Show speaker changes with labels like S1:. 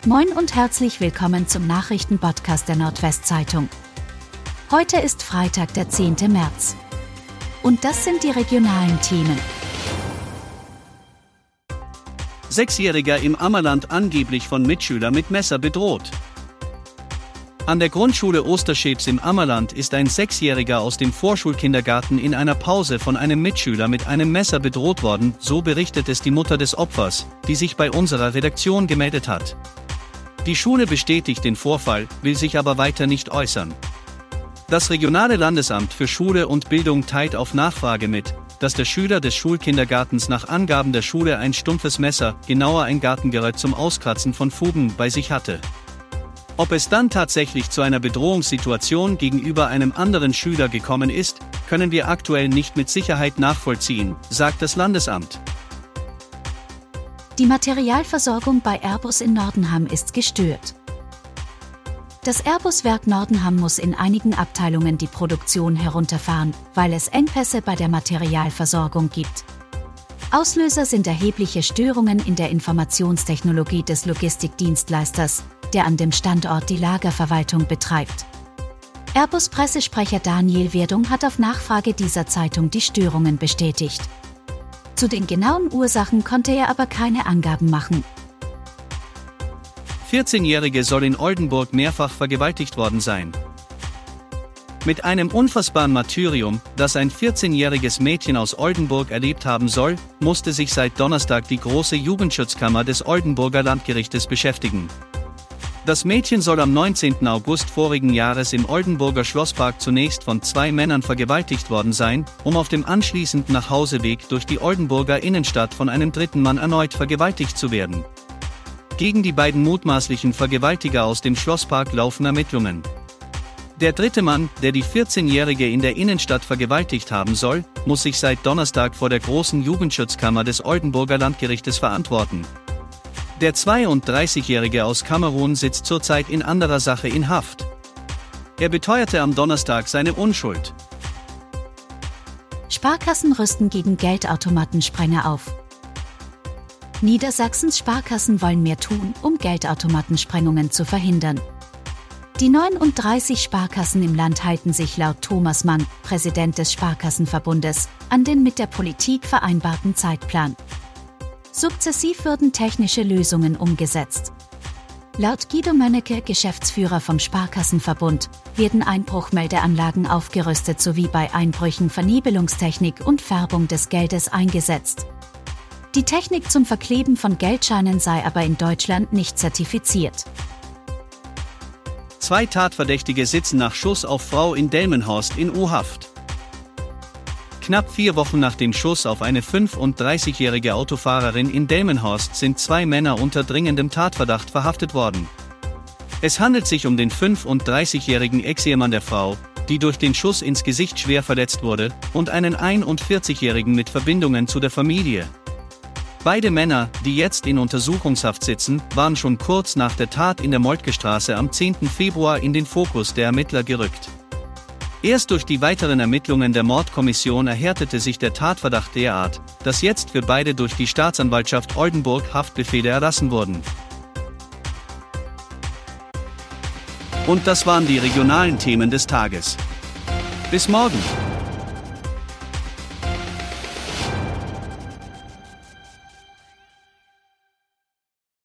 S1: Moin und herzlich willkommen zum Nachrichtenpodcast der Nordwestzeitung. Heute ist Freitag, der 10. März. Und das sind die regionalen Themen.
S2: Sechsjähriger im Ammerland angeblich von Mitschüler mit Messer bedroht. An der Grundschule Osterschäbs im Ammerland ist ein Sechsjähriger aus dem Vorschulkindergarten in einer Pause von einem Mitschüler mit einem Messer bedroht worden, so berichtet es die Mutter des Opfers, die sich bei unserer Redaktion gemeldet hat. Die Schule bestätigt den Vorfall, will sich aber weiter nicht äußern. Das regionale Landesamt für Schule und Bildung teilt auf Nachfrage mit, dass der Schüler des Schulkindergartens nach Angaben der Schule ein stumpfes Messer, genauer ein Gartengerät zum Auskratzen von Fugen, bei sich hatte. Ob es dann tatsächlich zu einer Bedrohungssituation gegenüber einem anderen Schüler gekommen ist, können wir aktuell nicht mit Sicherheit nachvollziehen, sagt das Landesamt.
S1: Die Materialversorgung bei Airbus in Nordenham ist gestört. Das Airbus-Werk Nordenham muss in einigen Abteilungen die Produktion herunterfahren, weil es Engpässe bei der Materialversorgung gibt. Auslöser sind erhebliche Störungen in der Informationstechnologie des Logistikdienstleisters, der an dem Standort die Lagerverwaltung betreibt. Airbus-Pressesprecher Daniel Werdung hat auf Nachfrage dieser Zeitung die Störungen bestätigt. Zu den genauen Ursachen konnte er aber keine Angaben machen.
S2: 14-Jährige soll in Oldenburg mehrfach vergewaltigt worden sein. Mit einem unfassbaren Martyrium, das ein 14-jähriges Mädchen aus Oldenburg erlebt haben soll, musste sich seit Donnerstag die große Jugendschutzkammer des Oldenburger Landgerichtes beschäftigen. Das Mädchen soll am 19. August vorigen Jahres im Oldenburger Schlosspark zunächst von zwei Männern vergewaltigt worden sein, um auf dem anschließenden Nachhauseweg durch die Oldenburger Innenstadt von einem dritten Mann erneut vergewaltigt zu werden. Gegen die beiden mutmaßlichen Vergewaltiger aus dem Schlosspark laufen Ermittlungen. Der dritte Mann, der die 14-Jährige in der Innenstadt vergewaltigt haben soll, muss sich seit Donnerstag vor der großen Jugendschutzkammer des Oldenburger Landgerichtes verantworten. Der 32-Jährige aus Kamerun sitzt zurzeit in anderer Sache in Haft. Er beteuerte am Donnerstag seine Unschuld.
S1: Sparkassen rüsten gegen Geldautomatensprenger auf. Niedersachsens Sparkassen wollen mehr tun, um Geldautomatensprengungen zu verhindern. Die 39 Sparkassen im Land halten sich laut Thomas Mann, Präsident des Sparkassenverbundes, an den mit der Politik vereinbarten Zeitplan. Sukzessiv würden technische Lösungen umgesetzt. Laut Guido Mönnecke, Geschäftsführer vom Sparkassenverbund, werden Einbruchmeldeanlagen aufgerüstet sowie bei Einbrüchen Vernebelungstechnik und Färbung des Geldes eingesetzt. Die Technik zum Verkleben von Geldscheinen sei aber in Deutschland nicht zertifiziert.
S2: 2 Tatverdächtige sitzen nach Schuss auf Frau in Delmenhorst in U-Haft. Knapp 4 Wochen nach dem Schuss auf eine 35-jährige Autofahrerin in Delmenhorst sind 2 Männer unter dringendem Tatverdacht verhaftet worden. Es handelt sich um den 35-jährigen Ex-Ehemann der Frau, die durch den Schuss ins Gesicht schwer verletzt wurde, und einen 41-jährigen mit Verbindungen zu der Familie. Beide Männer, die jetzt in Untersuchungshaft sitzen, waren schon kurz nach der Tat in der Moltkestraße am 10. Februar in den Fokus der Ermittler gerückt. Erst durch die weiteren Ermittlungen der Mordkommission erhärtete sich der Tatverdacht derart, dass jetzt für beide durch die Staatsanwaltschaft Oldenburg Haftbefehle erlassen wurden. Und das waren die regionalen Themen des Tages. Bis morgen!